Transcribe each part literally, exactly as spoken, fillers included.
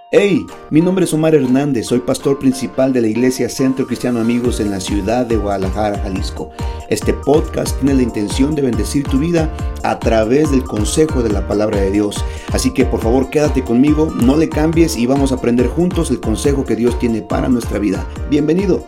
Hey, mi nombre es Omar Hernández, soy pastor principal de la Iglesia Centro Cristiano Amigos en la ciudad de Guadalajara, Jalisco. Este podcast tiene la intención de bendecir tu vida a través del consejo de la palabra de Dios. Así que por favor quédate conmigo, no le cambies y vamos a aprender juntos el consejo que Dios tiene para nuestra vida. Bienvenido.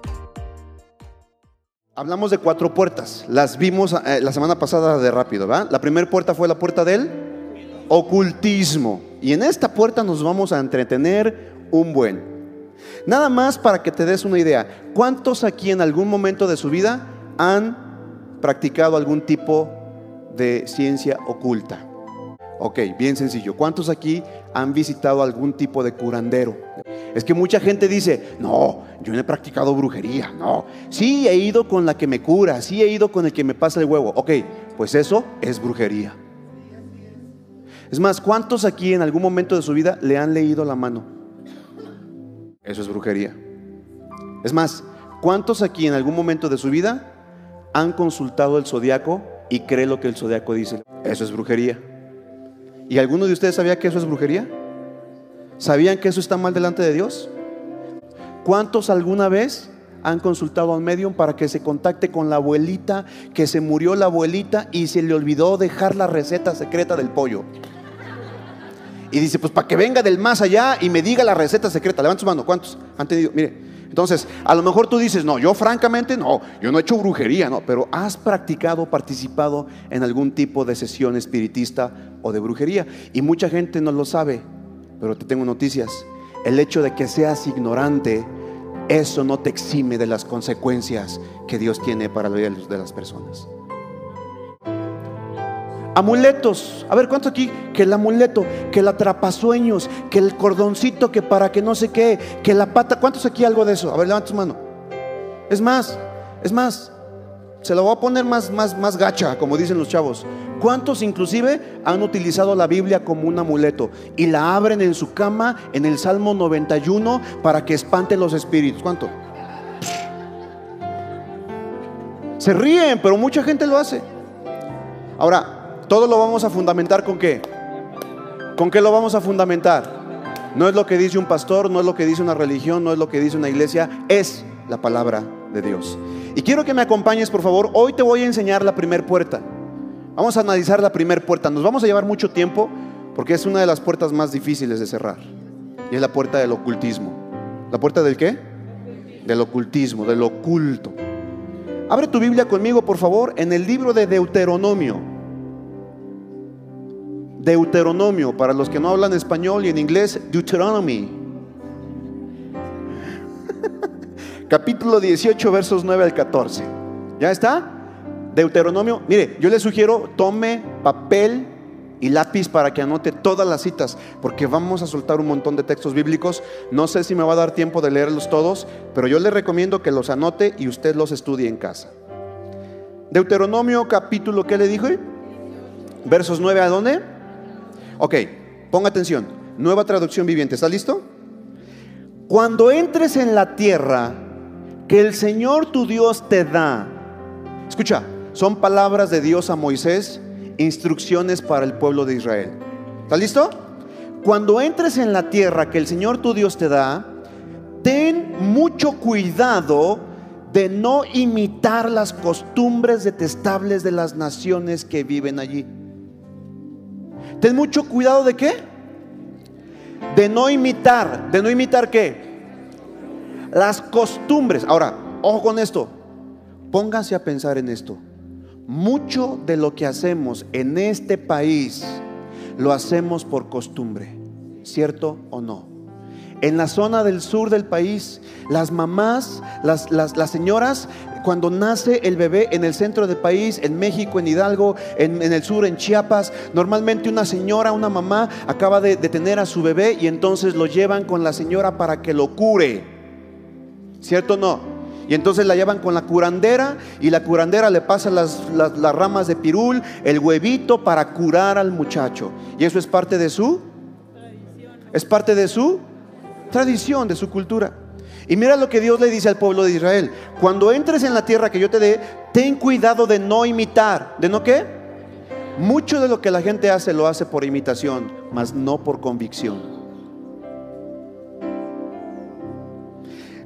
Hablamos de cuatro puertas, las vimos eh, la semana pasada de rápido, ¿verdad? La primera puerta fue la puerta del ocultismo. Y en esta puerta nos vamos a entretener un buen. Nada más para que te des una idea. ¿Cuántos aquí en algún momento de su vida han practicado algún tipo de ciencia oculta? Ok, bien sencillo. ¿Cuántos aquí han visitado algún tipo de curandero? Es que mucha gente dice, no, yo no he practicado brujería, no. Sí, he ido con la que me cura, sí he ido con el que me pasa el huevo. Ok, pues eso es brujería. Es más, ¿cuántos aquí en algún momento de su vida le han leído la mano? Eso es brujería. Es más, ¿cuántos aquí en algún momento de su vida han consultado el zodiaco y cree lo que el zodiaco dice? Eso es brujería. ¿Y alguno de ustedes sabía que eso es brujería? ¿Sabían que eso está mal delante de Dios? ¿Cuántos alguna vez han consultado al medium para que se contacte con la abuelita, que se murió la abuelita y se le olvidó dejar la receta secreta del pollo? Y dice, pues para que venga del más allá y me diga la receta secreta. Levanta su mano, ¿cuántos han tenido? Mire, entonces, a lo mejor tú dices, no, yo francamente no, yo no he hecho brujería, no. Pero has practicado, participado en algún tipo de sesión espiritista o de brujería. Y mucha gente no lo sabe, pero te tengo noticias. El hecho de que seas ignorante, eso no te exime de las consecuencias que Dios tiene para la vida de las personas. Amuletos. A ver, ¿cuántos aquí? Que el amuleto, que el atrapasueños, que el cordoncito, que para que no sé qué, que la pata. ¿Cuántos aquí algo de eso? A ver, levanta tu mano. Es más, es más, se lo voy a poner más, más, más gacha, como dicen los chavos. ¿Cuántos inclusive han utilizado la Biblia como un amuleto y la abren en su cama en el Salmo noventa y uno para que espante los espíritus? ¿Cuánto? Se ríen, pero mucha gente lo hace. Ahora, todo lo vamos a fundamentar ¿con qué? ¿Con qué lo vamos a fundamentar? No es lo que dice un pastor, no es lo que dice una religión, no es lo que dice una iglesia, es la palabra de Dios. Y quiero que me acompañes, por favor. Hoy te voy a enseñar la primera puerta. Vamos a analizar la primera puerta. Nos vamos a llevar mucho tiempo porque es una de las puertas más difíciles de cerrar. Y es la puerta del ocultismo. ¿La puerta del qué? Del ocultismo, del oculto. Abre tu Biblia conmigo, por favor, en el libro de Deuteronomio. Deuteronomio, para los que no hablan español y en inglés, Deuteronomy. Capítulo dieciocho, versos nueve al catorce. ¿Ya está? Deuteronomio. Mire, yo le sugiero, tome papel y lápiz para que anote todas las citas, porque vamos a soltar un montón de textos bíblicos. No sé si me va a dar tiempo de leerlos todos, pero yo le recomiendo que los anote y usted los estudie en casa. Deuteronomio capítulo, ¿qué le dije? Versos nueve a ¿dónde? Ok, ponga atención. Nueva traducción viviente, ¿está listo? Cuando entres en la tierra que el Señor tu Dios te da. Escucha, son palabras de Dios a Moisés, instrucciones para el pueblo de Israel. ¿Está listo? Cuando entres en la tierra que el Señor tu Dios te da, ten mucho cuidado de no imitar las costumbres detestables de las naciones que viven allí. Ten mucho cuidado de qué? De no imitar. ¿De no imitar qué? Las costumbres. Ahora, ojo con esto. Pónganse a pensar en esto. Mucho de lo que hacemos en este país lo hacemos por costumbre, ¿cierto o no? En la zona del sur del país, las mamás, las, las, las señoras, cuando nace el bebé en el centro del país, en México, en Hidalgo, en, en el sur, en Chiapas, normalmente una señora, una mamá acaba de, de tener a su bebé y entonces lo llevan con la señora para que lo cure, ¿cierto o no? Y entonces la llevan con la curandera y la curandera le pasa las, las, las ramas de pirul, el huevito para curar al muchacho. Y eso es parte de su Es parte de su tradición, de su cultura. Y mira lo que Dios le dice al pueblo de Israel: cuando entres en la tierra que yo te dé, ten cuidado de no imitar. ¿De no qué? Mucho de lo que la gente hace lo hace por imitación, mas no por convicción.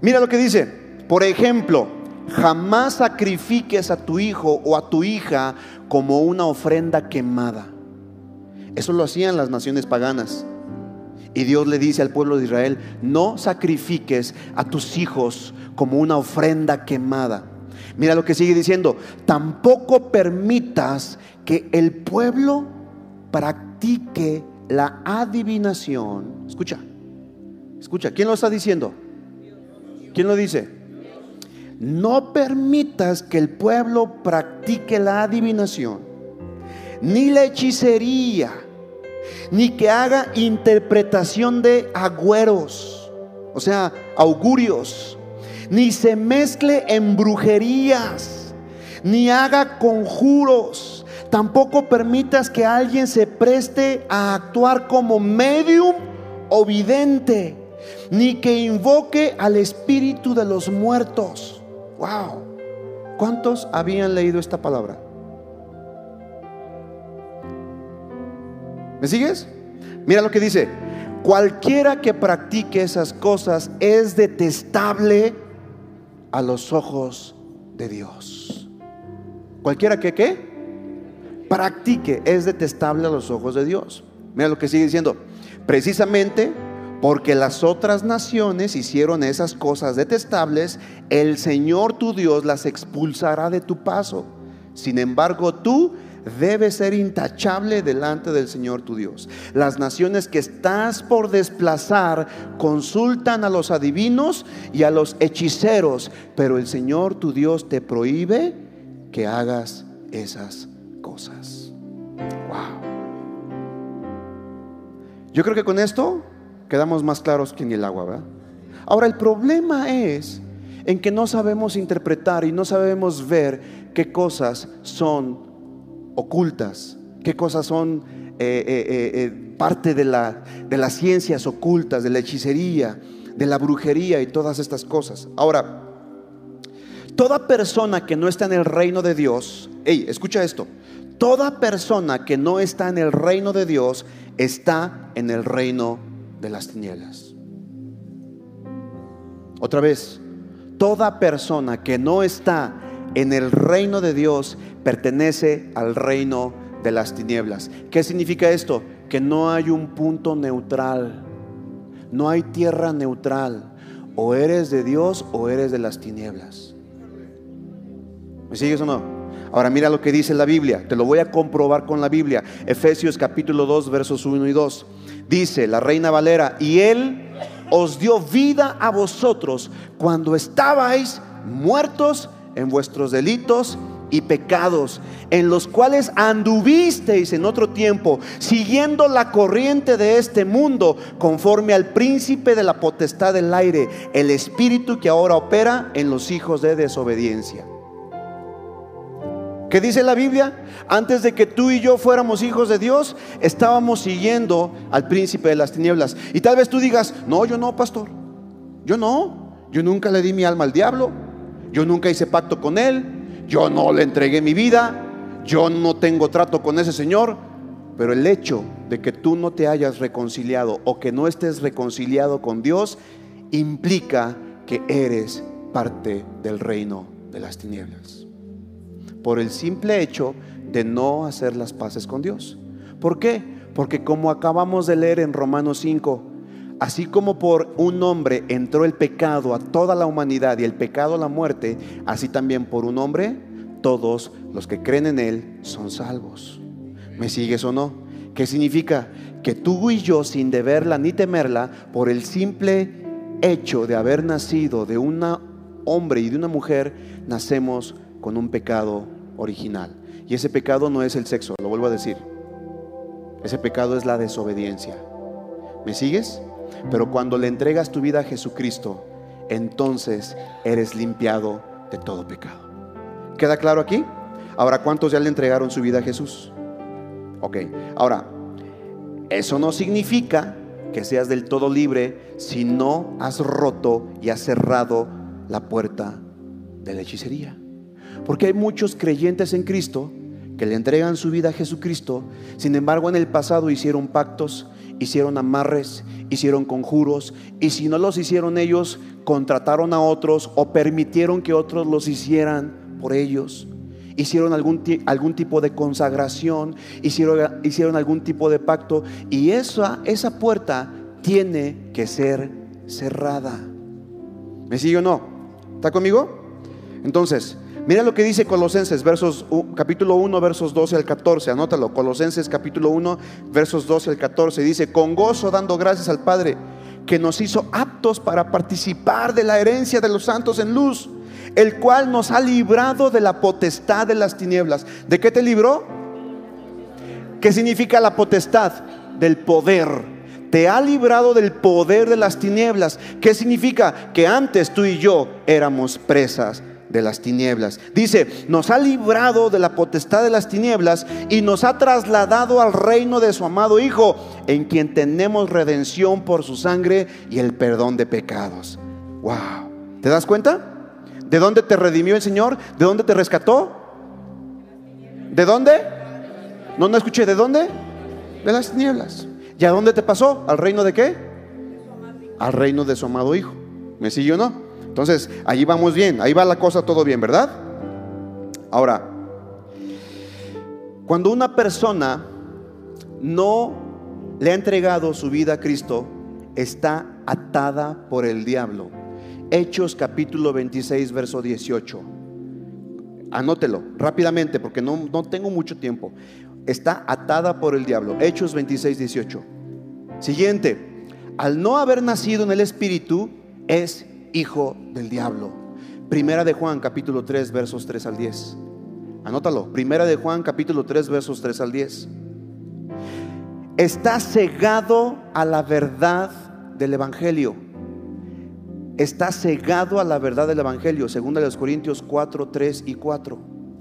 Mira lo que dice. Por ejemplo, jamás sacrifiques a tu hijo o a tu hija como una ofrenda quemada. Eso lo hacían las naciones paganas. Y Dios le dice al pueblo de Israel: no sacrifiques a tus hijos como una ofrenda quemada. Mira lo que sigue diciendo: tampoco permitas que el pueblo practique la adivinación. Escucha, escucha, ¿quién lo está diciendo? ¿Quién lo dice? No permitas que el pueblo practique la adivinación, ni la hechicería, ni que haga interpretación de agüeros, o sea, augurios, ni se mezcle en brujerías, ni haga conjuros. Tampoco permitas que alguien se preste a actuar como medium o vidente, ni que invoque al espíritu de los muertos. Wow. ¿Cuántos habían leído esta palabra? ¿Me sigues? Mira lo que dice: cualquiera que practique esas cosas es detestable a los ojos de Dios. Cualquiera que ¿qué? Practique es detestable a los ojos de Dios. Mira lo que sigue diciendo: precisamente porque las otras naciones hicieron esas cosas detestables, el Señor tu Dios las expulsará de tu paso. Sin embargo, tú debes ser intachable delante del Señor tu Dios. Las naciones que estás por desplazar consultan a los adivinos y a los hechiceros, pero el Señor tu Dios te prohíbe que hagas esas cosas. Wow. Yo creo que con esto quedamos más claros que en el agua, ¿verdad? Ahora, el problema es en que no sabemos interpretar y no sabemos ver qué cosas son ocultas, qué cosas son eh, eh, eh, parte de, la, de las ciencias ocultas, de la hechicería, de la brujería y todas estas cosas. Ahora, toda persona que no está en el reino de Dios, hey, escucha esto: toda persona que no está en el reino de Dios está en el reino de las tinieblas. Otra vez, toda persona que no está en el reino de Dios pertenece al reino de las tinieblas. ¿Qué significa esto? Que no hay un punto neutral, no hay tierra neutral. O eres de Dios o eres de las tinieblas. ¿Me sigues o no? Ahora mira lo que dice la Biblia. Te lo voy a comprobar con la Biblia. Efesios capítulo dos versos uno y dos. Dice la Reina Valera: y Él os dio vida a vosotros cuando estabais muertos en vuestros delitos y pecados, en los cuales anduvisteis en otro tiempo, siguiendo la corriente de este mundo, conforme al príncipe de la potestad del aire, el espíritu que ahora opera en los hijos de desobediencia. ¿Qué dice la Biblia? Antes de que tú y yo fuéramos hijos de Dios, estábamos siguiendo al príncipe de las tinieblas. Y tal vez tú digas: no, yo no, pastor, yo no, yo nunca le di mi alma al diablo, yo nunca hice pacto con él, yo no le entregué mi vida, yo no tengo trato con ese señor. Pero el hecho de que tú no te hayas reconciliado o que no estés reconciliado con Dios implica que eres parte del reino de las tinieblas, por el simple hecho de no hacer las paces con Dios. ¿Por qué? Porque como acabamos de leer en Romanos cinco, así como por un hombre entró el pecado a toda la humanidad y el pecado a la muerte, así también por un hombre todos los que creen en él son salvos. ¿Me sigues o no? ¿Qué significa? Que tú y yo, sin deberla ni temerla, por el simple hecho de haber nacido de un hombre y de una mujer, nacemos con un pecado original. Y ese pecado no es el sexo, lo vuelvo a decir. Ese pecado es la desobediencia. ¿Me sigues? Pero cuando le entregas tu vida a Jesucristo, entonces eres limpiado de todo pecado. ¿Queda claro aquí? Ahora, ¿cuántos ya le entregaron su vida a Jesús? Ok, ahora, eso no significa que seas del todo libre si no has roto y has cerrado la puerta de la hechicería. Porque hay muchos creyentes en Cristo que le entregan su vida a Jesucristo, sin embargo en el pasado hicieron pactos hicieron amarres, hicieron conjuros, y si no los hicieron ellos, contrataron a otros o permitieron que otros los hicieran por ellos. Hicieron algún, algún tipo de consagración, hicieron, hicieron algún tipo de pacto, y esa, esa puerta tiene que ser cerrada. ¿Me sigue o no? ¿Está conmigo? Entonces, mira lo que dice Colosenses, versos, capítulo uno, versos doce al catorce. Anótalo, Colosenses capítulo uno, versos doce al catorce. Dice: con gozo dando gracias al Padre, que nos hizo aptos para participar de la herencia de los santos en luz, el cual nos ha librado de la potestad de las tinieblas. ¿De qué te libró? ¿Qué significa la potestad? Del poder. Te ha librado del poder de las tinieblas. ¿Qué significa? Que antes tú y yo éramos presas de las tinieblas. Dice: nos ha librado de la potestad de las tinieblas y nos ha trasladado al reino de su amado Hijo, en quien tenemos redención por su sangre y el perdón de pecados. Wow. ¿Te das cuenta? ¿De dónde te redimió el Señor? ¿De dónde te rescató? ¿De dónde? No, no escuché. ¿De dónde? De las tinieblas. ¿Y a dónde te pasó? ¿Al reino de qué? Al reino de su amado Hijo. ¿Me sigue o no? Entonces, allí vamos bien, ahí va la cosa todo bien, ¿verdad? Ahora, cuando una persona no le ha entregado su vida a Cristo, está atada por el diablo. Hechos capítulo veintiséis, verso dieciocho. Anótelo rápidamente porque no, no tengo mucho tiempo. Está atada por el diablo. Hechos veintiséis, dieciocho. Siguiente: al no haber nacido en el Espíritu, es hijo del diablo. Primera de Juan capítulo tres, versos tres al diez. Anótalo. Primera de Juan capítulo tres, versos tres al diez. Está cegado a la verdad del Evangelio. Está cegado a la verdad del Evangelio. Segunda de los Corintios cuatro, tres y cuatro.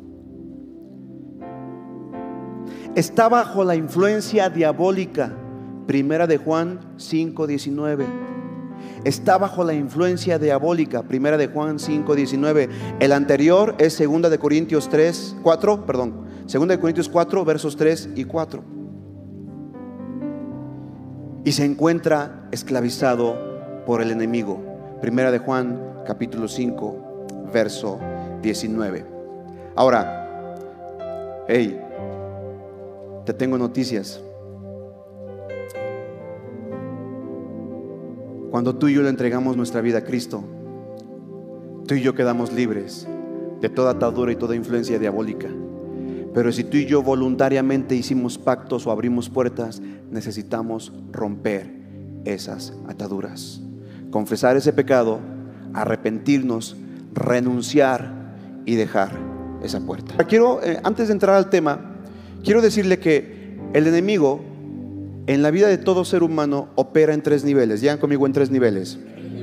Está bajo la influencia diabólica. Primera de Juan cinco, diecinueve. Está bajo la influencia diabólica. Primera de Juan cinco, diecinueve. El anterior es Segunda de Corintios tres, cuatro, perdón. Segunda de Corintios cuatro, versos tres y cuatro. Y se encuentra esclavizado por el enemigo. Primera de Juan capítulo cinco, verso diecinueve. Ahora, hey, te tengo noticias. Cuando tú y yo le entregamos nuestra vida a Cristo, tú y yo quedamos libres de toda atadura y toda influencia diabólica. Pero si tú y yo voluntariamente hicimos pactos o abrimos puertas, necesitamos romper esas ataduras, confesar ese pecado, arrepentirnos, renunciar y dejar esa puerta. Quiero, eh, antes de entrar al tema, quiero decirle que el enemigo en la vida de todo ser humano opera en tres niveles. Llegan conmigo, en tres niveles.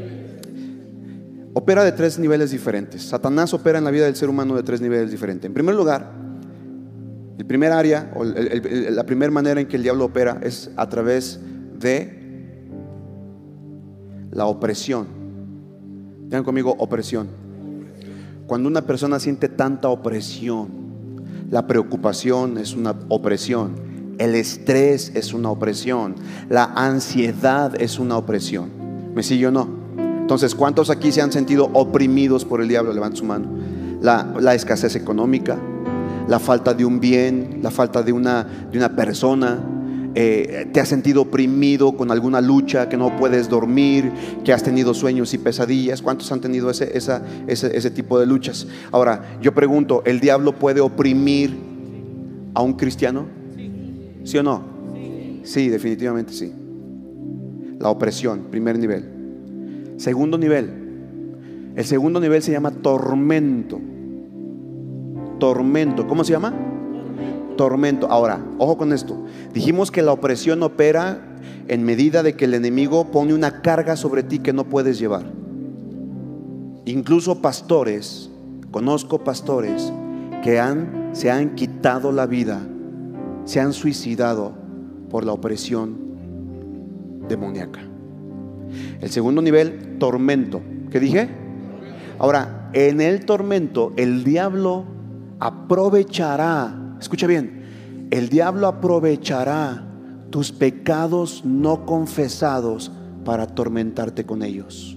Opera de tres niveles diferentes. Satanás opera en la vida del ser humano de tres niveles diferentes. En primer lugar, el primer área o el, el, el, la primera manera en que el diablo opera es a través de la opresión. Llegan conmigo, opresión. Cuando una persona siente tanta opresión, la preocupación es una opresión. El estrés es una opresión. La ansiedad es una opresión. ¿Me sigue o no? Entonces, ¿cuántos aquí se han sentido oprimidos por el diablo? Levanta su mano. La, la escasez económica, la falta de un bien, la falta de una, de una persona. Eh, te has sentido oprimido con alguna lucha, que no puedes dormir, que has tenido sueños y pesadillas. ¿Cuántos han tenido ese, esa, ese, ese tipo de luchas? Ahora, yo pregunto, ¿el diablo puede oprimir a un cristiano? ¿Sí o no? Sí. Sí, definitivamente sí. La opresión, primer nivel. Segundo nivel. El segundo nivel se llama tormento. Tormento. ¿Cómo se llama? Tormento. Tormento. Ahora, ojo con esto. Dijimos que la opresión opera en medida de que el enemigo pone una carga sobre ti que no puedes llevar. Incluso pastores, conozco pastores que han, se han quitado la vida, se han suicidado por la opresión demoníaca. El segundo nivel, tormento. ¿Qué dije? Ahora, en el tormento, el diablo aprovechará, escucha bien, el diablo aprovechará tus pecados no confesados para atormentarte con ellos.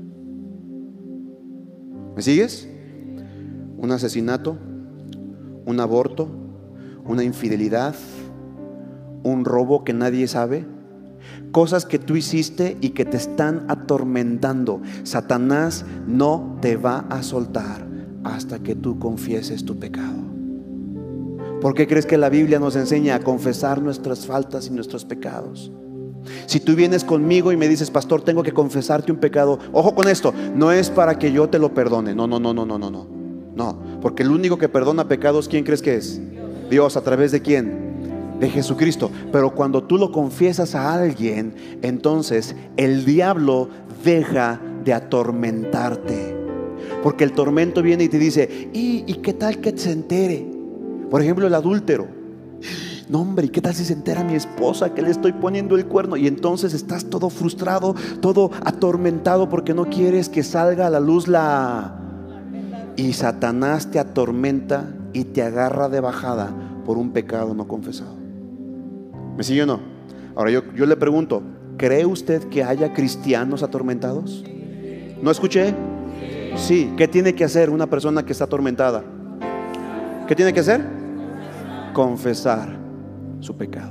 ¿Me sigues? Un asesinato, un aborto, una infidelidad, un robo que nadie sabe, cosas que tú hiciste y que te están atormentando. Satanás no te va a soltar hasta que tú confieses tu pecado. ¿Por qué crees que la Biblia nos enseña a confesar nuestras faltas y nuestros pecados? Si tú vienes conmigo y me dices, pastor, tengo que confesarte un pecado, ojo con esto, no es para que yo te lo perdone. No, no, no, no, no, no, no. No, porque el único que perdona pecados, ¿quién crees que es? Dios. ¿A través de quién? De Jesucristo. Pero cuando tú lo confiesas a alguien, entonces el diablo deja de atormentarte. Porque el tormento viene y te dice, ¿y, y qué tal que se entere? Por ejemplo, el adúltero. No, hombre, ¿y qué tal si se entera mi esposa que le estoy poniendo el cuerno? Y entonces estás todo frustrado, todo atormentado porque no quieres que salga a la luz la... Y Satanás te atormenta y te agarra de bajada por un pecado no confesado. ¿Me sigue o no? Ahora yo, yo le pregunto, ¿cree usted que haya cristianos atormentados? ¿No escuché? Sí. ¿Qué tiene que hacer una persona que está atormentada? ¿Qué tiene que hacer? Confesar su pecado.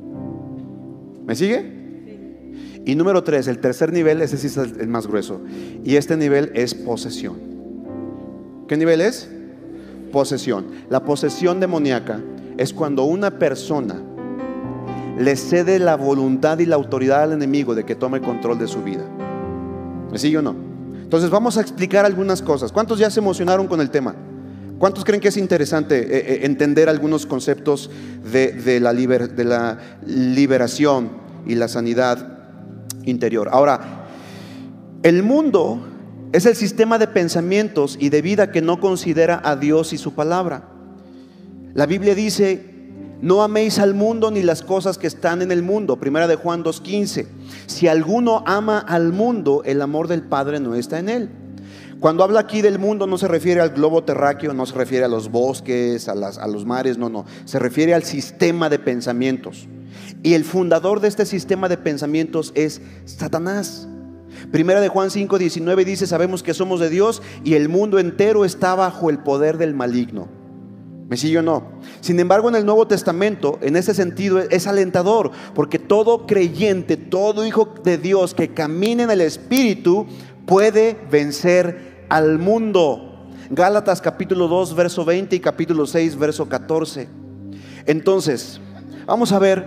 ¿Me sigue? Y número tres, el tercer nivel, ese sí es el más grueso. Y este nivel es posesión. ¿Qué nivel es? Posesión. La posesión demoníaca es cuando una persona le cede la voluntad y la autoridad al enemigo de que tome control de su vida. ¿Me sigue o no? Entonces vamos a explicar algunas cosas. ¿Cuántos ya se emocionaron con el tema? ¿Cuántos creen que es interesante eh, eh, entender algunos conceptos de, de, la liber, de la liberación y la sanidad interior? Ahora, el mundo es el sistema de pensamientos y de vida que no considera a Dios y su palabra. La Biblia dice, no améis al mundo ni las cosas que están en el mundo. Primera de Juan dos quince. Si alguno ama al mundo, el amor del Padre no está en él. Cuando habla aquí del mundo no se refiere al globo terráqueo, no se refiere a los bosques, a, las, a los mares, no, no. Se refiere al sistema de pensamientos. Y el fundador de este sistema de pensamientos es Satanás. Primera de Juan cinco diecinueve dice, sabemos que somos de Dios y el mundo entero está bajo el poder del maligno. ¿Me sigue o no? Sin embargo, en el Nuevo Testamento, en ese sentido, es alentador, porque todo creyente, todo hijo de Dios que camina en el Espíritu puede vencer al mundo. Gálatas capítulo dos verso veinte y capítulo seis verso catorce. Entonces, vamos a ver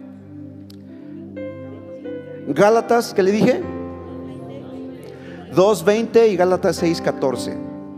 Gálatas, ¿qué le dije? dos veinte y Gálatas seis catorce.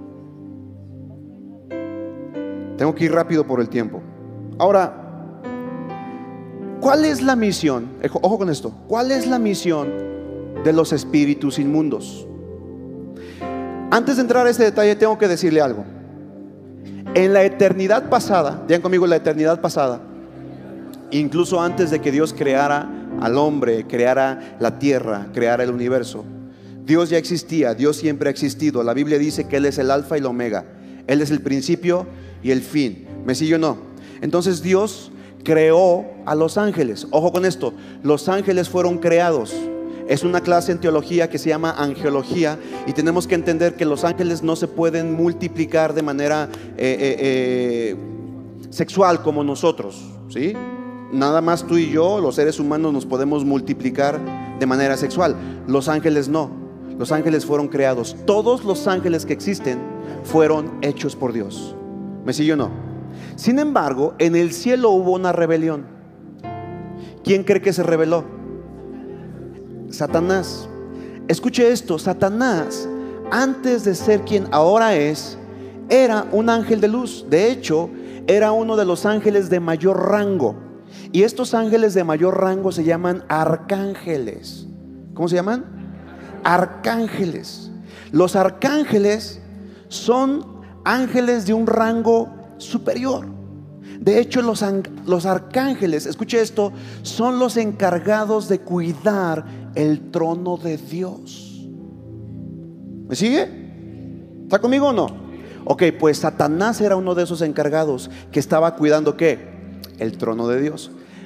Tengo que ir rápido por el tiempo. Ahora, ¿cuál es la misión? Ojo con esto. ¿Cuál es la misión de los espíritus inmundos? Antes de entrar a este detalle tengo que decirle algo. En la eternidad pasada, digan conmigo, la eternidad pasada, incluso antes de que Dios creara al hombre, creara la tierra, creara el universo, Dios ya existía, Dios siempre ha existido. La Biblia dice que Él es el alfa y el omega. Él es el principio y el fin. ¿Me sigue o no? Entonces Dios creó a los ángeles. Ojo con esto, los ángeles fueron creados. Es una clase en teología que se llama angelología, y tenemos que entender que los ángeles no se pueden multiplicar de manera eh, eh, eh, sexual como nosotros, ¿sí? Nada más tú y yo, los seres humanos, nos podemos multiplicar de manera sexual. Los ángeles no. Los ángeles fueron creados. Todos los ángeles que existen fueron hechos por Dios. ¿Me sigue o no? Sin embargo, en el cielo hubo una rebelión. ¿Quién cree que se rebeló? Satanás. Escuche esto, Satanás, antes de ser quien ahora es, era un ángel de luz. De hecho, era uno de los ángeles de mayor rango. Y estos ángeles de mayor rango se llaman arcángeles. ¿Cómo se llaman? Arcángeles. Los arcángeles son ángeles de un rango superior. De hecho, los, los arcángeles, escuche esto, son los encargados de cuidar el trono de Dios. ¿Me sigue? ¿Está conmigo o no? Ok, pues Satanás era uno de esos encargados que estaba cuidando ¿qué? El trono de Dios.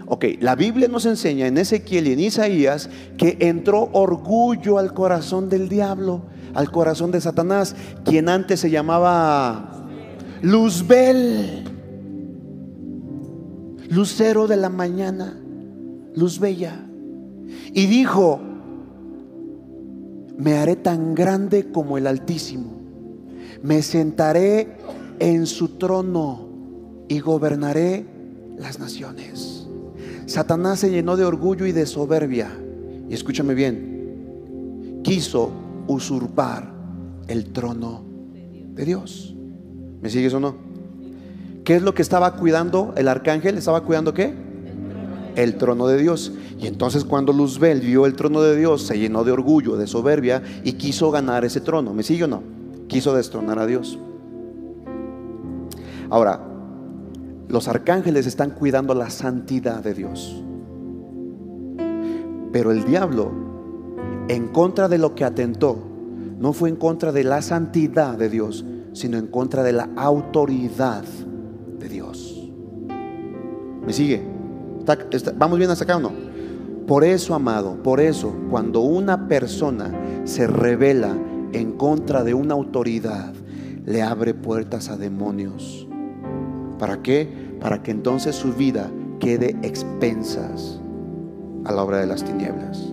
Ok, la Biblia nos enseña en Ezequiel y en Isaías que entró orgullo al corazón del diablo, al corazón de Satanás, quien antes se llamaba Luzbel, lucero de la mañana, luz bella. Y dijo: me haré tan grande como el Altísimo, me sentaré en su trono y gobernaré las naciones. Satanás se llenó de orgullo y de soberbia, y escúchame bien, quiso usurpar el trono de Dios. ¿Me sigues o no? ¿Qué es lo que estaba cuidando el arcángel? ¿Estaba cuidando qué? El trono de Dios. Y entonces cuando Luzbel vio el trono de Dios, se llenó de orgullo, de soberbia, y quiso ganar ese trono. ¿Me sigue o no? Quiso destronar a Dios. Ahora, los arcángeles están cuidando la santidad de Dios, pero el diablo, en contra de lo que atentó, no fue en contra de la santidad de Dios, sino en contra de la autoridad de Dios. ¿Me sigue? ¿Está, está, ¿Vamos bien hasta acá o no? Por eso, amado, por eso, cuando una persona se rebela en contra de una autoridad, le abre puertas a demonios. ¿Para qué? Para que entonces su vida quede expensas a la obra de las tinieblas.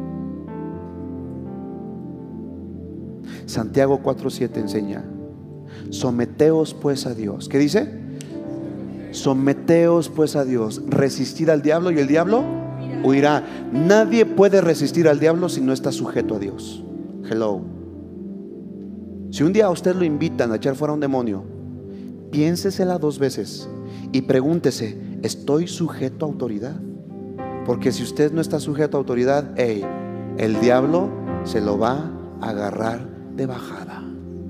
Santiago cuatro siete enseña: someteos pues a Dios. ¿Qué dice? Someteos pues a Dios, resistid al diablo y el diablo huirá. Nadie puede resistir al diablo si no está sujeto a Dios. Hello. Si un día a usted lo invitan a echar fuera un demonio, piénsesela dos veces y pregúntese: ¿estoy sujeto a autoridad? Porque si usted no está sujeto a autoridad, hey, el diablo se lo va a agarrar de bajada.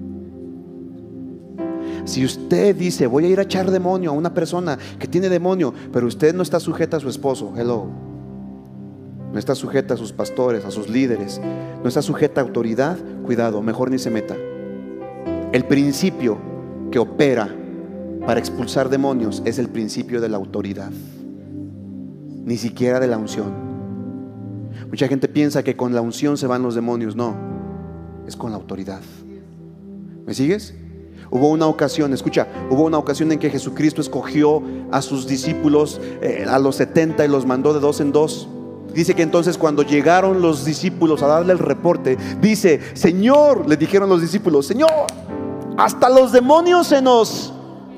Si usted dice: voy a ir a echar demonio a una persona que tiene demonio, pero usted no está sujeta a su esposo, hello, no está sujeta a sus pastores, a sus líderes, no está sujeta a autoridad, cuidado, mejor ni se meta. El principio que opera para expulsar demonios es el principio de la autoridad, ni siquiera de la unción. Mucha gente piensa que con la unción se van los demonios. No, es con la autoridad. ¿Me sigues? Hubo una ocasión, escucha, hubo una ocasión en que Jesucristo escogió a sus discípulos, eh, a los setenta, y los mandó de dos en dos. Dice que entonces cuando llegaron los discípulos a darle el reporte, dice: Señor, le dijeron los discípulos, Señor, hasta los demonios se nos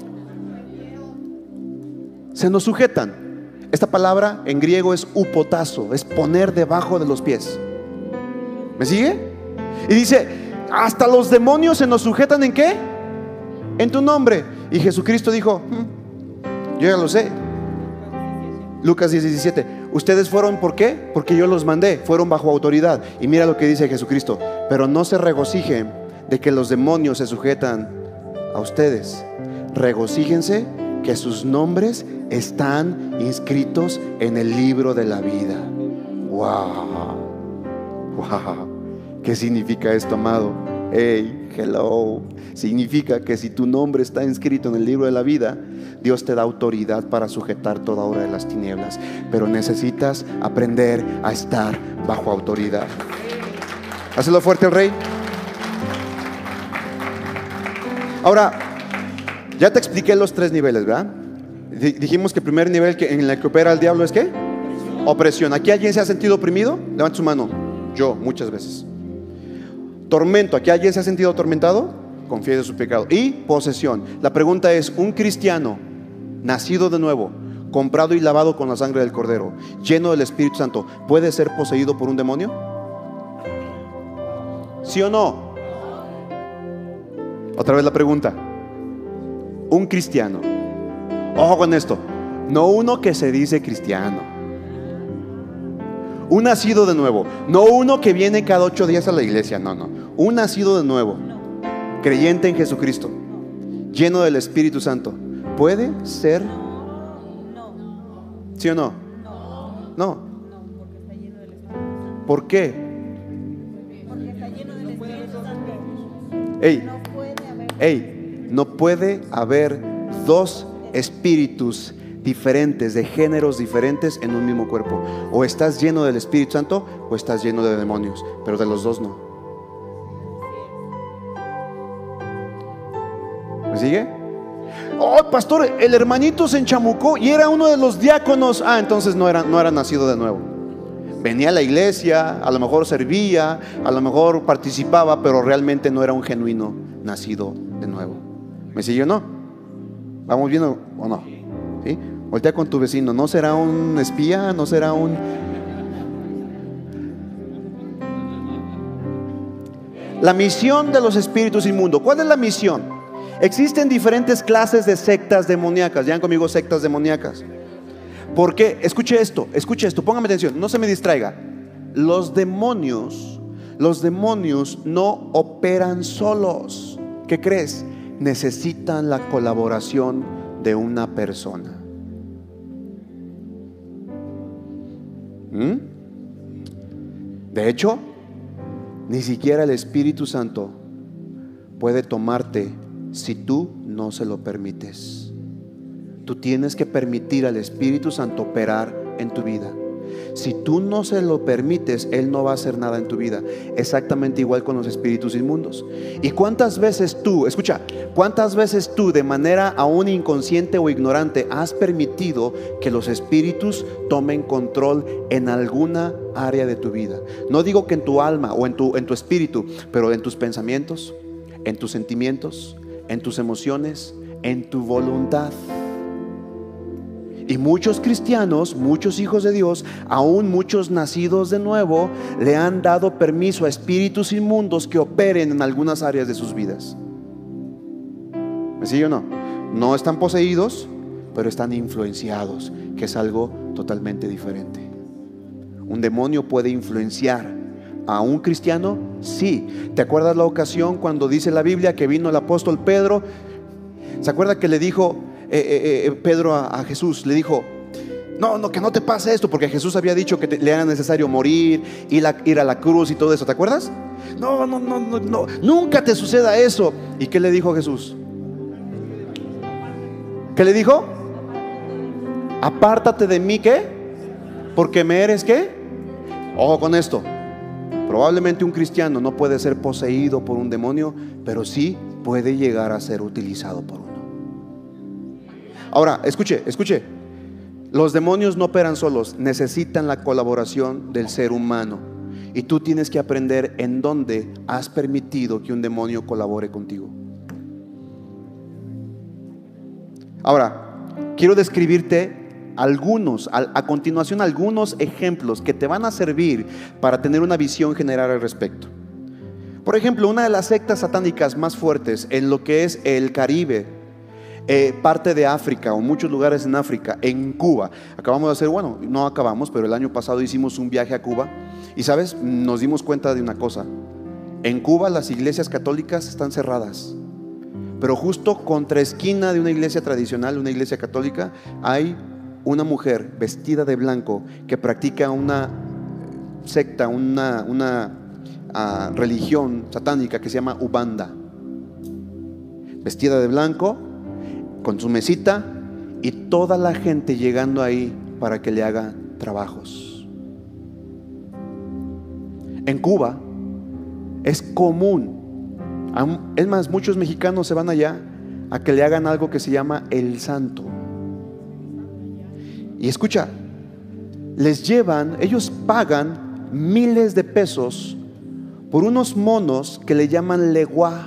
se nos sujetan. Esta palabra en griego es upotazo, es poner debajo de los pies. ¿Me sigue? Y dice: hasta los demonios se nos sujetan. ¿En qué? En tu nombre. Y Jesucristo dijo: hm, yo ya lo sé. Lucas diez diecisiete. Ustedes fueron, ¿por qué? Porque yo los mandé, fueron bajo autoridad. Y mira lo que dice Jesucristo: pero no se regocijen de que los demonios se sujetan a ustedes, regocíjense que sus nombres están inscritos en el libro de la vida. Wow, wow. ¿Qué significa esto, amado? Hey, hello. Significa que si tu nombre está inscrito en el libro de la vida, Dios te da autoridad para sujetar toda obra de las tinieblas. Pero necesitas aprender a estar bajo autoridad. Hazlo fuerte el rey. Ahora, ya te expliqué los tres niveles, ¿verdad? Dijimos que el primer nivel que en el que opera el diablo es ¿qué? Opresión. ¿Aquí alguien se ha sentido oprimido? Levanta su mano. Yo, muchas veces. Tormento. ¿Aquí alguien se ha sentido atormentado? Confiese su pecado. Y posesión. La pregunta es: un cristiano nacido de nuevo, comprado y lavado con la sangre del Cordero, lleno del Espíritu Santo, ¿puede ser poseído por un demonio? ¿Sí o no? Otra vez la pregunta. Un cristiano, ojo con esto, no uno que se dice cristiano, un nacido de nuevo, no uno que viene cada ocho días a la iglesia, no, no, un nacido de nuevo, creyente en Jesucristo, lleno del Espíritu Santo, ¿puede ser? ¿Sí o no? No. ¿Por qué? Porque está lleno del Espíritu Santo. Ey, ey, no puede haber dos espíritus diferentes, de géneros diferentes en un mismo cuerpo. O estás lleno del Espíritu Santo o estás lleno de demonios, pero de los dos no. ¿Me sigue? Oh, pastor, el hermanito se enchamucó y era uno de los diáconos. Ah, entonces no era, no era nacido de nuevo. Venía a la iglesia, a lo mejor servía, a lo mejor participaba, pero realmente no era un genuino nacido de nuevo. ¿Me sigue o no? ¿Vamos bien o no? ¿Sí? Voltea con tu vecino. ¿No será un espía? ¿No será un...? La misión de los espíritus inmundos. ¿Cuál es la misión? Existen diferentes clases de sectas demoníacas. Vean conmigo, sectas demoníacas. ¿Por qué? Escuche esto, escuche esto, póngame atención, no se me distraiga. Los demonios, los demonios no operan solos. ¿Qué crees? Necesitan la colaboración de una persona. ¿Mm? De hecho, ni siquiera el Espíritu Santo puede tomarte si tú no se lo permites. Tú tienes que permitir al Espíritu Santo operar en tu vida. Si tú no se lo permites, Él no va a hacer nada en tu vida. Exactamente igual con los espíritus inmundos. ¿Y cuántas veces tú, escucha, cuántas veces tú de manera aún inconsciente o ignorante has permitido que los espíritus tomen control en alguna área de tu vida? No digo que en tu alma o en tu, en tu espíritu, pero en tus pensamientos, en tus sentimientos, en tus emociones, en tu voluntad. Y muchos cristianos, muchos hijos de Dios, aún muchos nacidos de nuevo, le han dado permiso a espíritus inmundos que operen en algunas áreas de sus vidas. ¿Me sigue o no? No están poseídos, pero están influenciados, que es algo totalmente diferente. ¿Un demonio puede influenciar a un cristiano? Sí. ¿Te acuerdas la ocasión cuando dice la Biblia que vino el apóstol Pedro? ¿Se acuerda que le dijo Eh, eh, eh, Pedro a, a Jesús? Le dijo: no, no, que no te pase esto, porque Jesús había dicho que te, le era necesario morir, ir a, ir a la cruz y todo eso. ¿Te acuerdas? No, no, no, no, no, nunca te suceda eso. ¿Y qué le dijo Jesús? ¿Qué le dijo? Apártate de mí, ¿qué? Porque me eres, ¿qué? Ojo con esto. Probablemente un cristiano no puede ser poseído por un demonio, pero sí puede llegar a ser utilizado por uno. Ahora, escuche, escuche. Los demonios no operan solos, necesitan la colaboración del ser humano. Y tú tienes que aprender en dónde has permitido que un demonio colabore contigo. Ahora, quiero describirte algunos, a, a continuación, algunos ejemplos que te van a servir para tener una visión general al respecto. Por ejemplo, una de las sectas satánicas más fuertes en lo que es el Caribe, Eh, parte de África o muchos lugares en África, en Cuba. Acabamos de hacer, bueno, no acabamos, pero el año pasado hicimos un viaje a Cuba. Y sabes, nos dimos cuenta de una cosa. En Cuba las iglesias católicas están cerradas, pero justo contra esquina de una iglesia tradicional, una iglesia católica, hay una mujer vestida de blanco que practica una secta, una, una uh, religión satánica que se llama Ubanda. Vestida de blanco, con su mesita, y toda la gente llegando ahí para que le haga trabajos. En Cuba es común, es más, muchos mexicanos se van allá a que le hagan algo que se llama el santo. Y escucha, les llevan, ellos pagan miles de pesos por unos monos que le llaman leguá.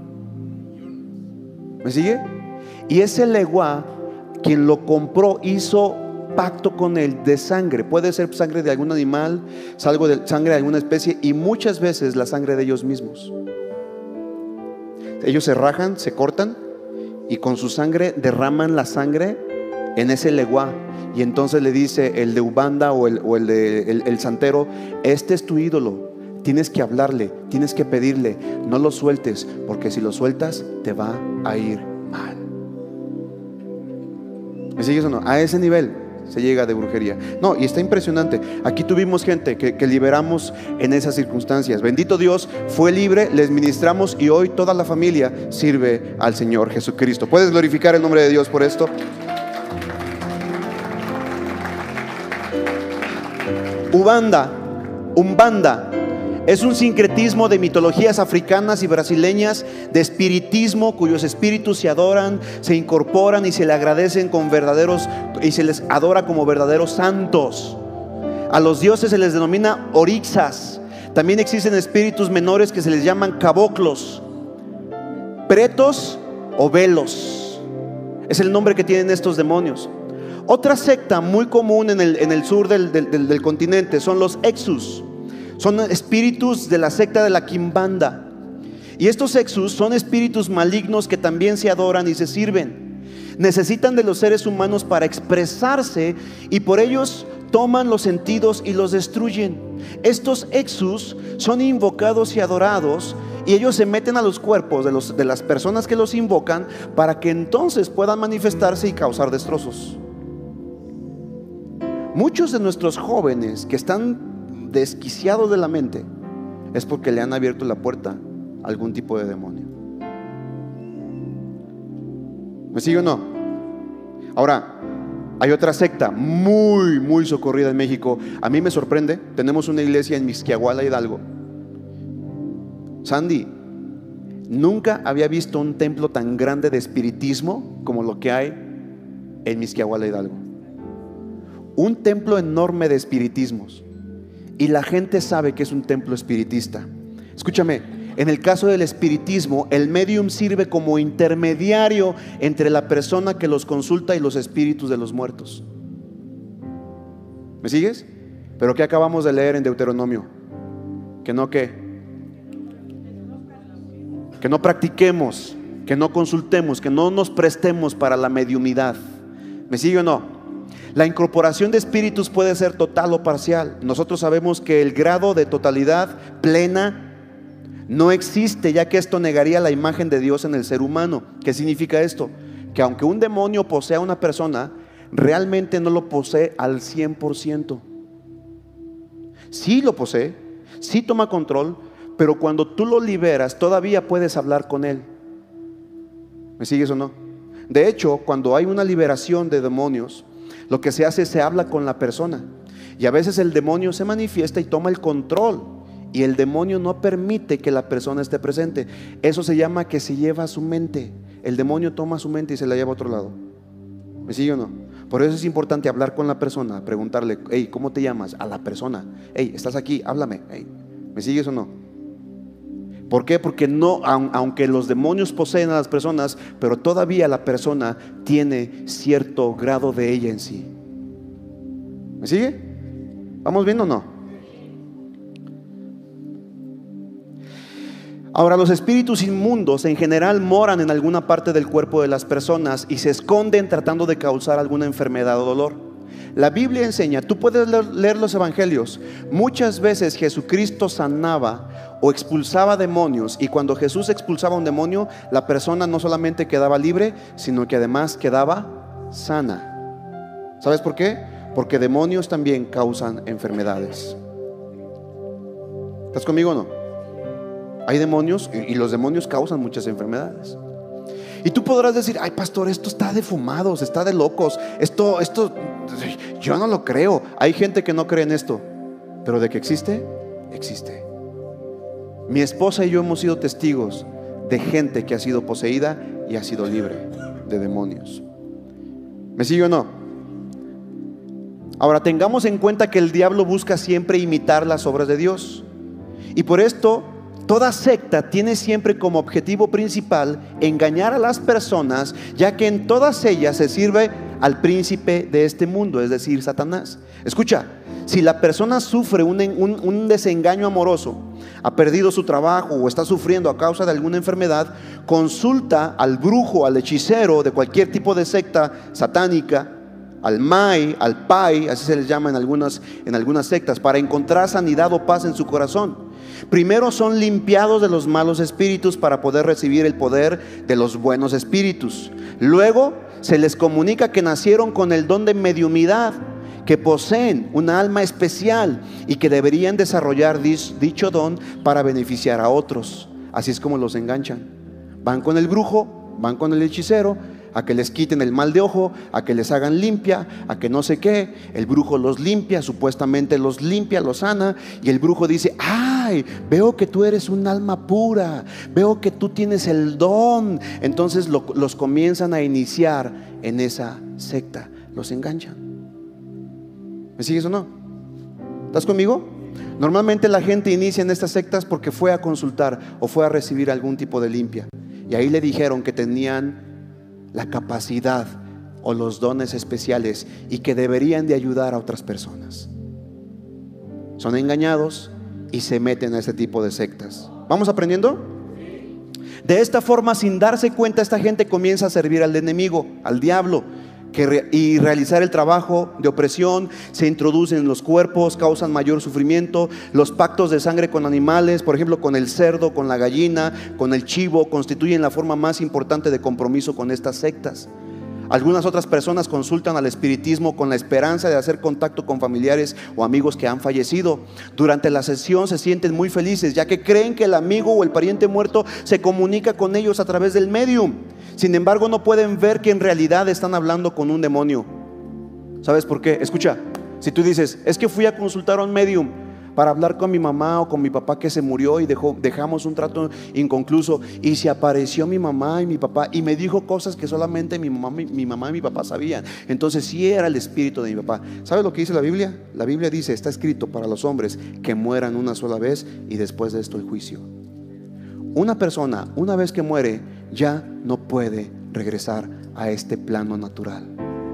¿Me sigue? Y ese leguá, quien lo compró, hizo pacto con él de sangre. Puede ser sangre de algún animal, sangre de alguna especie, y muchas veces la sangre de ellos mismos. Ellos se rajan, se cortan, y con su sangre derraman la sangre en ese leguá. Y entonces le dice el de Ubanda o el, o el, de, el, el santero: este es tu ídolo, tienes que hablarle, tienes que pedirle, no lo sueltes, porque si lo sueltas te va a ir mal. ¿Me sigues o no? A ese nivel se llega de brujería. No, y está impresionante. Aquí tuvimos gente que, que liberamos en esas circunstancias. Bendito Dios, fue libre, les ministramos y hoy toda la familia sirve al Señor Jesucristo. ¿Puedes glorificar el nombre de Dios por esto? Umbanda, Umbanda es un sincretismo de mitologías africanas y brasileñas, de espiritismo, cuyos espíritus se adoran, se incorporan y se le agradecen con verdaderos, y se les adora como verdaderos santos. A los dioses se les denomina orixás. También existen espíritus menores que se les llaman caboclos, pretos o velos. Es el nombre que tienen estos demonios. Otra secta muy común en el, en el sur del, del, del continente son los Exus. Son espíritus de la secta de la Quimbanda. Y estos Exus son espíritus malignos que también se adoran y se sirven. Necesitan de los seres humanos para expresarse, y por ellos toman los sentidos y los destruyen. Estos Exus son invocados y adorados, y ellos se meten a los cuerpos de, los, de las personas que los invocan, para que entonces puedan manifestarse y causar destrozos. Muchos de nuestros jóvenes que están desquiciados de la mente es porque le han abierto la puerta a algún tipo de demonio. ¿Me sigue o no? Ahora, hay otra secta muy, muy socorrida en México. A mí me sorprende. Tenemos una iglesia en Mixquiahuala, Hidalgo. Sandy, nunca había visto un templo tan grande de espiritismo como lo que hay en Mixquiahuala, Hidalgo. Un templo enorme de espiritismos. Y la gente sabe que es un templo espiritista. Escúchame, en el caso del espiritismo, el medium sirve como intermediario entre la persona que los consulta y los espíritus de los muertos. ¿Me sigues? Pero ¿qué acabamos de leer en Deuteronomio? Que no qué, que no practiquemos, que no consultemos, que no nos prestemos para la mediumidad. ¿Me sigue o no? La incorporación de espíritus puede ser total o parcial. Nosotros sabemos que el grado de totalidad plena no existe, ya que esto negaría la imagen de Dios en el ser humano. ¿Qué significa esto? Que aunque un demonio posea a una persona, realmente no lo posee al cien por ciento. Sí lo posee, sí toma control, pero cuando tú lo liberas, todavía puedes hablar con él. ¿Me sigues o no? De hecho, cuando hay una liberación de demonios, lo que se hace es se habla con la persona, y a veces el demonio se manifiesta y toma el control, y el demonio no permite que la persona esté presente. Eso se llama que se lleva su mente. El demonio toma su mente y se la lleva a otro lado. ¿Me sigue o no? Por eso es importante hablar con la persona, preguntarle: hey, ¿cómo te llamas? A la persona. Hey, ¿estás aquí? Háblame. Hey, ¿me sigues o no? ¿Por qué? Porque no, aunque los demonios poseen a las personas, pero todavía la persona tiene cierto grado de ella en sí. ¿Me sigue? ¿Vamos bien o no? Ahora, los espíritus inmundos en general moran en alguna parte del cuerpo de las personas y se esconden tratando de causar alguna enfermedad o dolor. La Biblia enseña, tú puedes leer los evangelios, muchas veces Jesucristo sanaba o expulsaba demonios, y cuando Jesús expulsaba un demonio, la persona no solamente quedaba libre, sino que además quedaba sana. ¿Sabes por qué? Porque demonios también causan enfermedades. ¿Estás conmigo o no? Hay demonios, y los demonios causan muchas enfermedades. Y tú podrás decir: ay, pastor, esto está de fumados, está de locos, esto, esto, yo no lo creo. Hay gente que no cree en esto, pero de que existe, existe. Mi esposa y yo hemos sido testigos de gente que ha sido poseída y ha sido libre de demonios. ¿Me sigue o no? Ahora, tengamos en cuenta que el diablo busca siempre imitar las obras de Dios, y por esto toda secta tiene siempre como objetivo principal engañar a las personas, ya que en todas ellas se sirve al príncipe de este mundo, es decir, Satanás. Escucha, si la persona sufre un, un, un desengaño amoroso, ha perdido su trabajo o está sufriendo a causa de alguna enfermedad, consulta al brujo, al hechicero de cualquier tipo de secta satánica, al Mai, al Pai, así se les llama en algunas, en algunas sectas, para encontrar sanidad o paz en su corazón. Primero son limpiados de los malos espíritus para poder recibir el poder de los buenos espíritus. Luego se les comunica que nacieron con el don de mediumidad, que poseen una alma especial y que deberían desarrollar dicho don para beneficiar a otros. Así es como los enganchan. Van con el brujo, van con el hechicero, a que les quiten el mal de ojo, a que les hagan limpia, a que no sé qué. El brujo los limpia, supuestamente los limpia, los sana, y el brujo dice: ay, veo que tú eres un alma pura, veo que tú tienes el don. Entonces lo, los comienzan a iniciar en esa secta, los enganchan. ¿Me sigues o no? ¿Estás conmigo? Normalmente la gente inicia en estas sectas porque fue a consultar o fue a recibir algún tipo de limpia, y ahí le dijeron que tenían la capacidad o los dones especiales y que deberían de ayudar a otras personas. Son engañados y se meten a este tipo de sectas. ¿Vamos aprendiendo? De esta forma, sin darse cuenta, esta gente comienza a servir al enemigo, al diablo, que re- y realizar el trabajo de opresión. Se introducen en los cuerpos, causan mayor sufrimiento. Los pactos de sangre con animales, por ejemplo con el cerdo, con la gallina, con el chivo, constituyen la forma más importante de compromiso con estas sectas. Algunas otras personas consultan al espiritismo con la esperanza de hacer contacto con familiares o amigos que han fallecido. Durante la sesión se sienten muy felices, ya que creen que el amigo o el pariente muerto se comunica con ellos a través del medium. Sin embargo, no pueden ver que en realidad están hablando con un demonio. ¿Sabes por qué? Escucha, si tú dices: es que fui a consultar a un medium para hablar con mi mamá o con mi papá que se murió y dejó, dejamos un trato inconcluso, y se apareció mi mamá y mi papá y me dijo cosas que solamente mi mamá, mi, mi mamá y mi papá sabían. Entonces sí era el espíritu de mi papá. ¿Sabes lo que dice la Biblia? La Biblia dice: está escrito para los hombres que mueran una sola vez y después de esto el juicio. Una persona, una vez que muere, ya no puede regresar a este plano natural.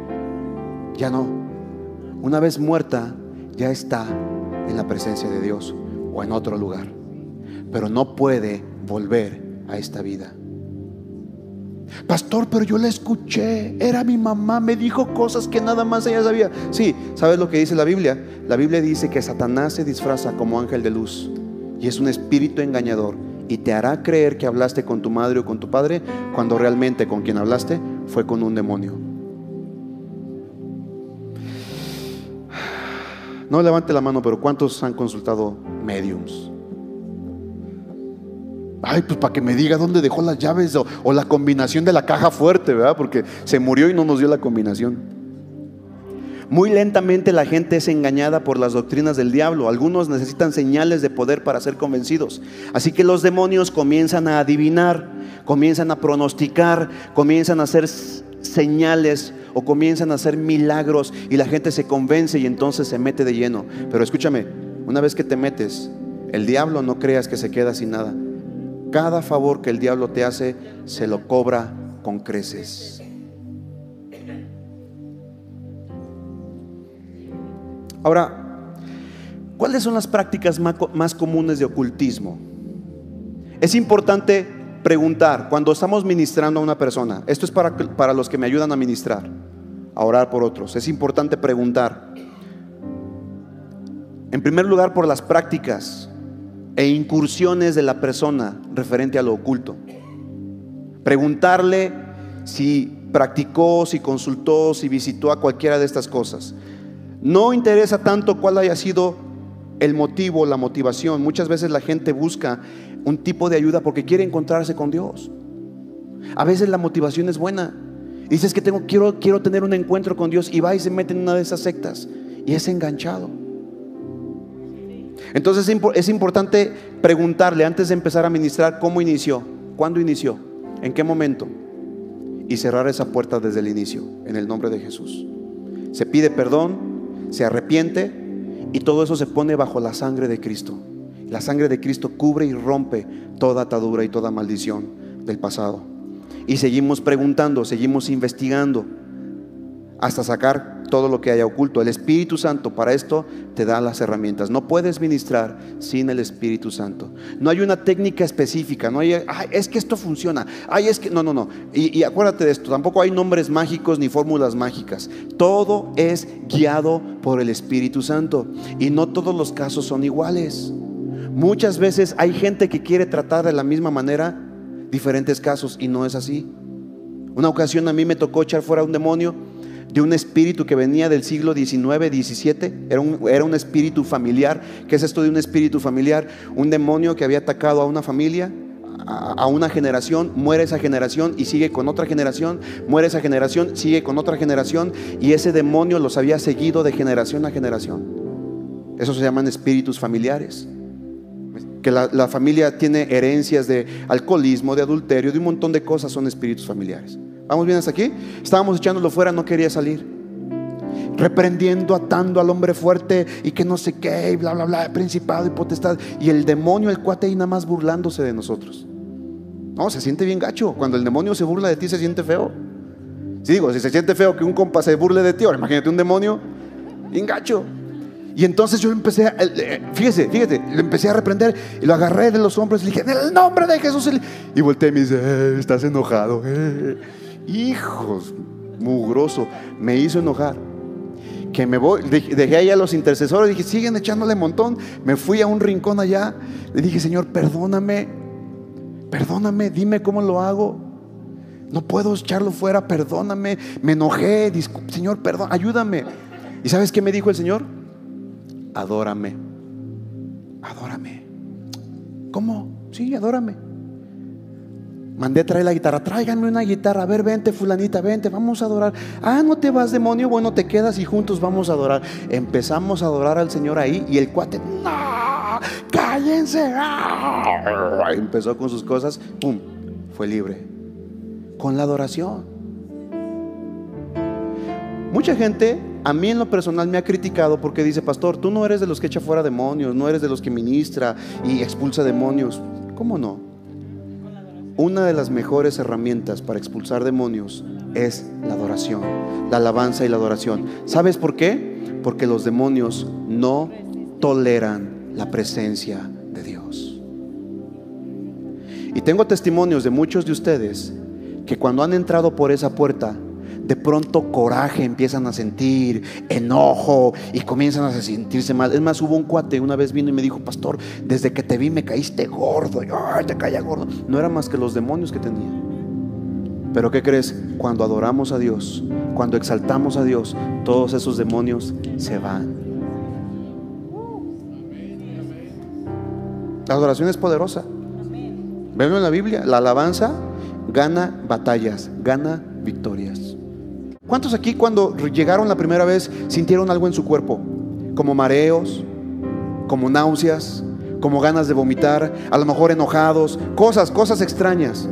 Ya no. Una vez muerta, ya está en la presencia de Dios o en otro lugar, pero no puede volver a esta vida. Pastor, pero yo la escuché, era mi mamá, me dijo cosas que nada más ella sabía. Sí, ¿sabes lo que dice la Biblia? La Biblia dice que Satanás se disfraza como ángel de luz y es un espíritu engañador, y te hará creer que hablaste con tu madre o con tu padre, cuando realmente con quien hablaste fue con un demonio. No levante la mano, pero ¿cuántos han consultado mediums? Ay, pues para que me diga dónde dejó las llaves o, o la combinación de la caja fuerte, ¿verdad? Porque se murió y no nos dio la combinación. Muy lentamente la gente es engañada por las doctrinas del diablo. Algunos necesitan señales de poder para ser convencidos. Así que los demonios comienzan a adivinar, comienzan a pronosticar, comienzan a hacer señales o comienzan a hacer milagros, y la gente se convence y entonces se mete de lleno. Pero escúchame, una vez que te metes, el diablo no creas que se queda sin nada. Cada favor que el diablo te hace, se lo cobra con creces. Ahora, ¿cuáles son las prácticas más comunes de ocultismo? Es importante preguntar cuando estamos ministrando a una persona. Esto es para, para los que me ayudan a ministrar, a orar por otros. Es importante preguntar, en primer lugar, por las prácticas e incursiones de la persona referente a lo oculto. Preguntarle si practicó, si consultó, si visitó a cualquiera de estas cosas. No interesa tanto cuál haya sido el motivo, la motivación. Muchas veces la gente busca un tipo de ayuda porque quiere encontrarse con Dios. A veces la motivación es buena. Dices que tengo, quiero, quiero tener un encuentro con Dios, y va y se mete en una de esas sectas y es enganchado. Entonces es importante preguntarle antes de empezar a ministrar cómo inició, cuándo inició, en qué momento, y cerrar esa puerta desde el inicio, en el nombre de Jesús. Se pide perdón, se arrepiente, y todo eso se pone bajo la sangre de Cristo. La sangre de Cristo cubre y rompe toda atadura y toda maldición del pasado. Y seguimos preguntando, seguimos investigando hasta sacar todo lo que haya oculto. El Espíritu Santo para esto te da las herramientas. No puedes ministrar sin el Espíritu Santo. No hay una técnica específica. No hay, ay, es que esto funciona. Ay, es que no, no, no. Y, y acuérdate de esto. Tampoco hay nombres mágicos ni fórmulas mágicas. Todo es guiado por el Espíritu Santo. Y no todos los casos son iguales. Muchas veces hay gente que quiere tratar de la misma manera diferentes casos, y no es así. Una ocasión a mí me tocó echar fuera un demonio de un espíritu que venía del siglo diecinueve, diecisiete. Era un, era un espíritu familiar. ¿Qué es esto de un espíritu familiar? Un demonio que había atacado a una familia, a, a una generación, muere esa generación y sigue con otra generación, muere esa generación, sigue con otra generación, y ese demonio los había seguido de generación a generación. Eso se llaman espíritus familiares. Que la, la familia tiene herencias de alcoholismo, de adulterio, de un montón de cosas, son espíritus familiares. ¿Vamos bien hasta aquí? Estábamos echándolo fuera, no quería salir, reprendiendo, atando al hombre fuerte y que no sé qué, y bla bla bla, principado y potestad, y el demonio, el cuate ahí nada más burlándose de nosotros. No, se siente bien gacho. Cuando el demonio se burla de ti, se siente feo. Si digo, si se siente feo que un compa se burle de ti, ahora imagínate un demonio, bien gacho. Y entonces yo empecé a, fíjese, fíjate, le empecé a reprender y lo agarré de los hombros y le dije, en el nombre de Jesús. Y volteé y me dice, eh, estás enojado, eh. Hijos, mugroso, me hizo enojar. Que me voy, dejé ahí a los intercesores, dije, siguen echándole un montón. Me fui a un rincón allá, le dije, Señor, perdóname, perdóname, dime cómo lo hago. No puedo echarlo fuera, perdóname. Me enojé, Señor, perdón, ayúdame. ¿Y sabes qué me dijo el Señor? Adórame, adórame. ¿Cómo? Sí, adórame. Mandé a traer la guitarra, tráiganme una guitarra. A ver, vente fulanita, vente, vamos a adorar. Ah, no te vas, demonio, bueno, te quedas y juntos vamos a adorar. Empezamos a adorar al Señor ahí. Y el cuate, no, cállense. Empezó con sus cosas, pum, fue libre. Con la adoración. Mucha gente, a mí en lo personal, me ha criticado porque dice, pastor, tú no eres de los que echa fuera demonios, no eres de los que ministra y expulsa demonios. ¿Cómo no? Una de las mejores herramientas para expulsar demonios es la adoración, la alabanza y la adoración. ¿Sabes por qué? Porque los demonios no toleran la presencia de Dios. Y tengo testimonios de muchos de ustedes que cuando han entrado por esa puerta, de pronto coraje empiezan a sentir, enojo, y comienzan a sentirse mal. Es más, hubo un cuate, una vez vino y me dijo, pastor, desde que te vi me caíste gordo. Yo, ay, te caía gordo. No era más que los demonios que tenía. Pero ¿qué crees? Cuando adoramos a Dios, cuando exaltamos a Dios, todos esos demonios se van. La adoración es poderosa. Ven en la Biblia, la alabanza gana batallas, gana victorias. ¿Cuántos aquí cuando llegaron la primera vez sintieron algo en su cuerpo? Como mareos, como náuseas, como ganas de vomitar, a lo mejor enojados, cosas, cosas extrañas.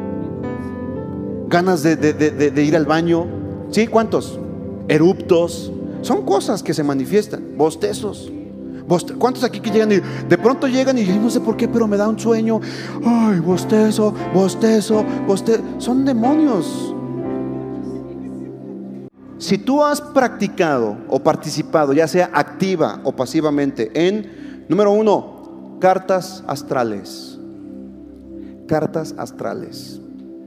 Ganas de, de, de, de ir al baño. ¿Sí? ¿Cuántos? Eruptos. Son cosas que se manifiestan. Bostezos. ¿Cuántos aquí que llegan y de pronto llegan y no sé por qué, pero me da un sueño? Ay, bostezo, bostezo, bostezo. Son demonios. Si tú has practicado o participado, ya sea activa o pasivamente, en, número uno, cartas astrales. Cartas astrales.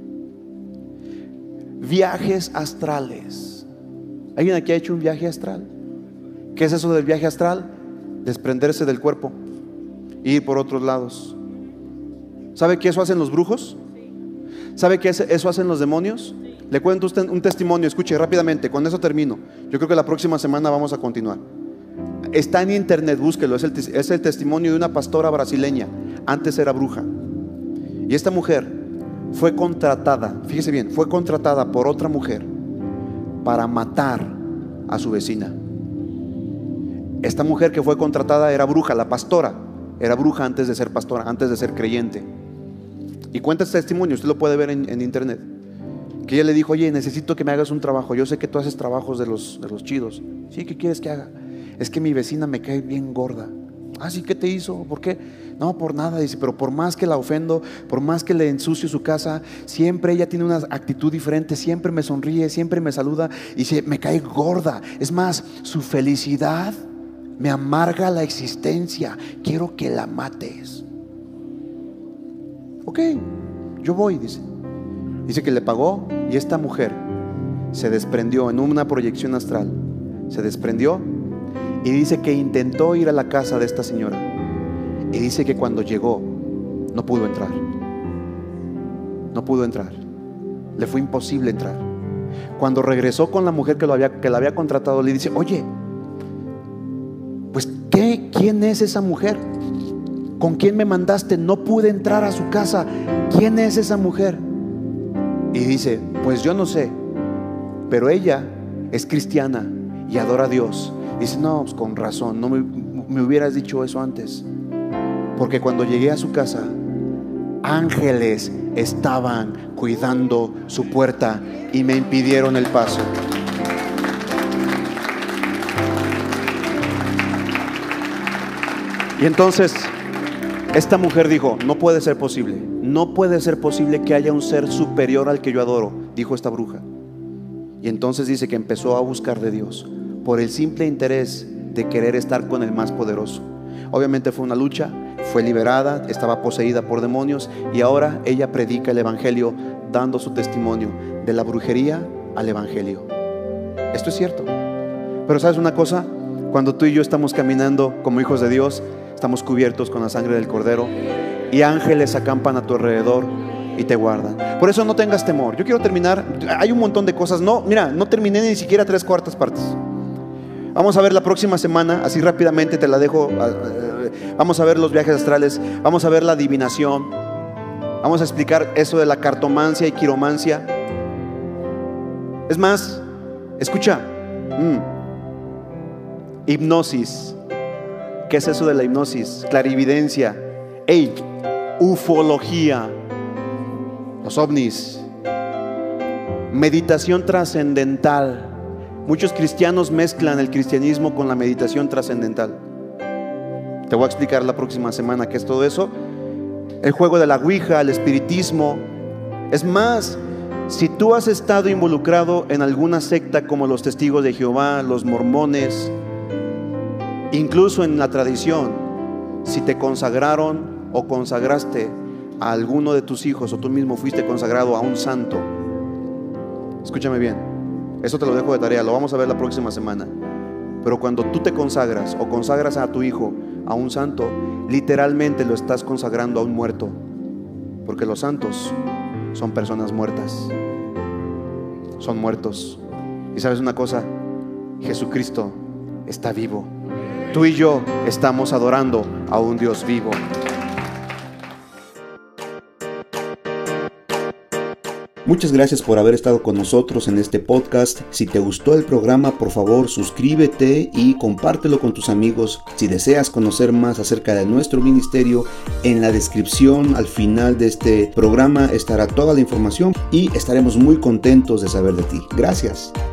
Viajes astrales. ¿Alguien aquí ha hecho un viaje astral? ¿Qué es eso del viaje astral? Desprenderse del cuerpo, ir por otros lados. ¿Sabe que eso hacen los brujos? ¿Sabe que eso hacen los demonios? Le cuento usted un testimonio, escuche rápidamente, con eso termino. Yo creo que la próxima semana vamos a continuar. Está en internet, búsquelo. Es el, es el testimonio de una pastora brasileña. Antes era bruja. Y esta mujer fue contratada, fíjese bien, fue contratada por otra mujer para matar a su vecina. Esta mujer que fue contratada era bruja, la pastora era bruja antes de ser pastora, antes de ser creyente. Y cuenta este testimonio, usted lo puede ver en, en internet. Que ella le dijo, oye, necesito que me hagas un trabajo. Yo sé que tú haces trabajos de los, de los chidos. Sí, ¿qué quieres que haga? Es que mi vecina me cae bien gorda. Ah, sí, ¿qué te hizo? ¿Por qué? No, por nada, dice, pero por más que la ofendo, por más que le ensucio su casa, siempre ella tiene una actitud diferente, siempre me sonríe, siempre me saluda y se, me cae gorda. Es más, su felicidad me amarga la existencia. Quiero que la mates. Ok, yo voy, dice. Dice que le pagó y esta mujer se desprendió en una proyección astral. Se desprendió y dice que intentó ir a la casa de esta señora. Y dice que cuando llegó no pudo entrar. No pudo entrar. Le fue imposible entrar. Cuando regresó con la mujer que, lo había, que la había contratado, le dice, oye, pues ¿qué? ¿Quién es esa mujer? ¿con quién me mandaste? No pude entrar a su casa. ¿Quién es esa mujer? Y dice, pues yo no sé, pero ella es cristiana y adora a Dios. Dice, no, pues con razón, no me, me hubieras dicho eso antes. Porque cuando llegué a su casa, ángeles estaban cuidando su puerta y me impidieron el paso. Y entonces esta mujer dijo, no puede ser posible, no puede ser posible que haya un ser superior al que yo adoro, dijo esta bruja. Y entonces dice que empezó a buscar de Dios por el simple interés de querer estar con el más poderoso. Obviamente fue una lucha, fue liberada, estaba poseída por demonios y ahora ella predica el evangelio dando su testimonio de la brujería al evangelio. Esto es cierto. Pero ¿sabes una cosa? Cuando tú y yo estamos caminando como hijos de Dios, estamos cubiertos con la sangre del Cordero y ángeles acampan a tu alrededor y te guardan. Por eso no tengas temor. Yo quiero terminar, hay un montón de cosas. No, mira, no terminé ni siquiera tres cuartas partes. Vamos a ver la próxima semana, así rápidamente te la dejo. Vamos a ver los viajes astrales, vamos a ver la adivinación, vamos a explicar eso de la cartomancia y quiromancia. Es más, escucha, mm. hipnosis. ¿Qué es eso de la hipnosis? Clarividencia, ey, ufología, los ovnis, meditación trascendental. Muchos cristianos mezclan el cristianismo con la meditación trascendental. Te voy a explicar la próxima semana qué es todo eso. El juego de la ouija, el espiritismo. Es más, si tú has estado involucrado en alguna secta como los testigos de Jehová, los mormones, incluso en la tradición, si te consagraron o consagraste a alguno de tus hijos o tú mismo fuiste consagrado a un santo, escúchame bien, eso te lo dejo de tarea, lo vamos a ver la próxima semana. Pero cuando tú te consagras o consagras a tu hijo a un santo, literalmente lo estás consagrando a un muerto, porque los santos son personas muertas, son muertos. Y sabes una cosa, Jesucristo está vivo. Tú y yo estamos adorando a un Dios vivo. Muchas gracias por haber estado con nosotros en este podcast. Si te gustó el programa, por favor suscríbete y compártelo con tus amigos. Si deseas conocer más acerca de nuestro ministerio, en la descripción al final de este programa estará toda la información y estaremos muy contentos de saber de ti. Gracias.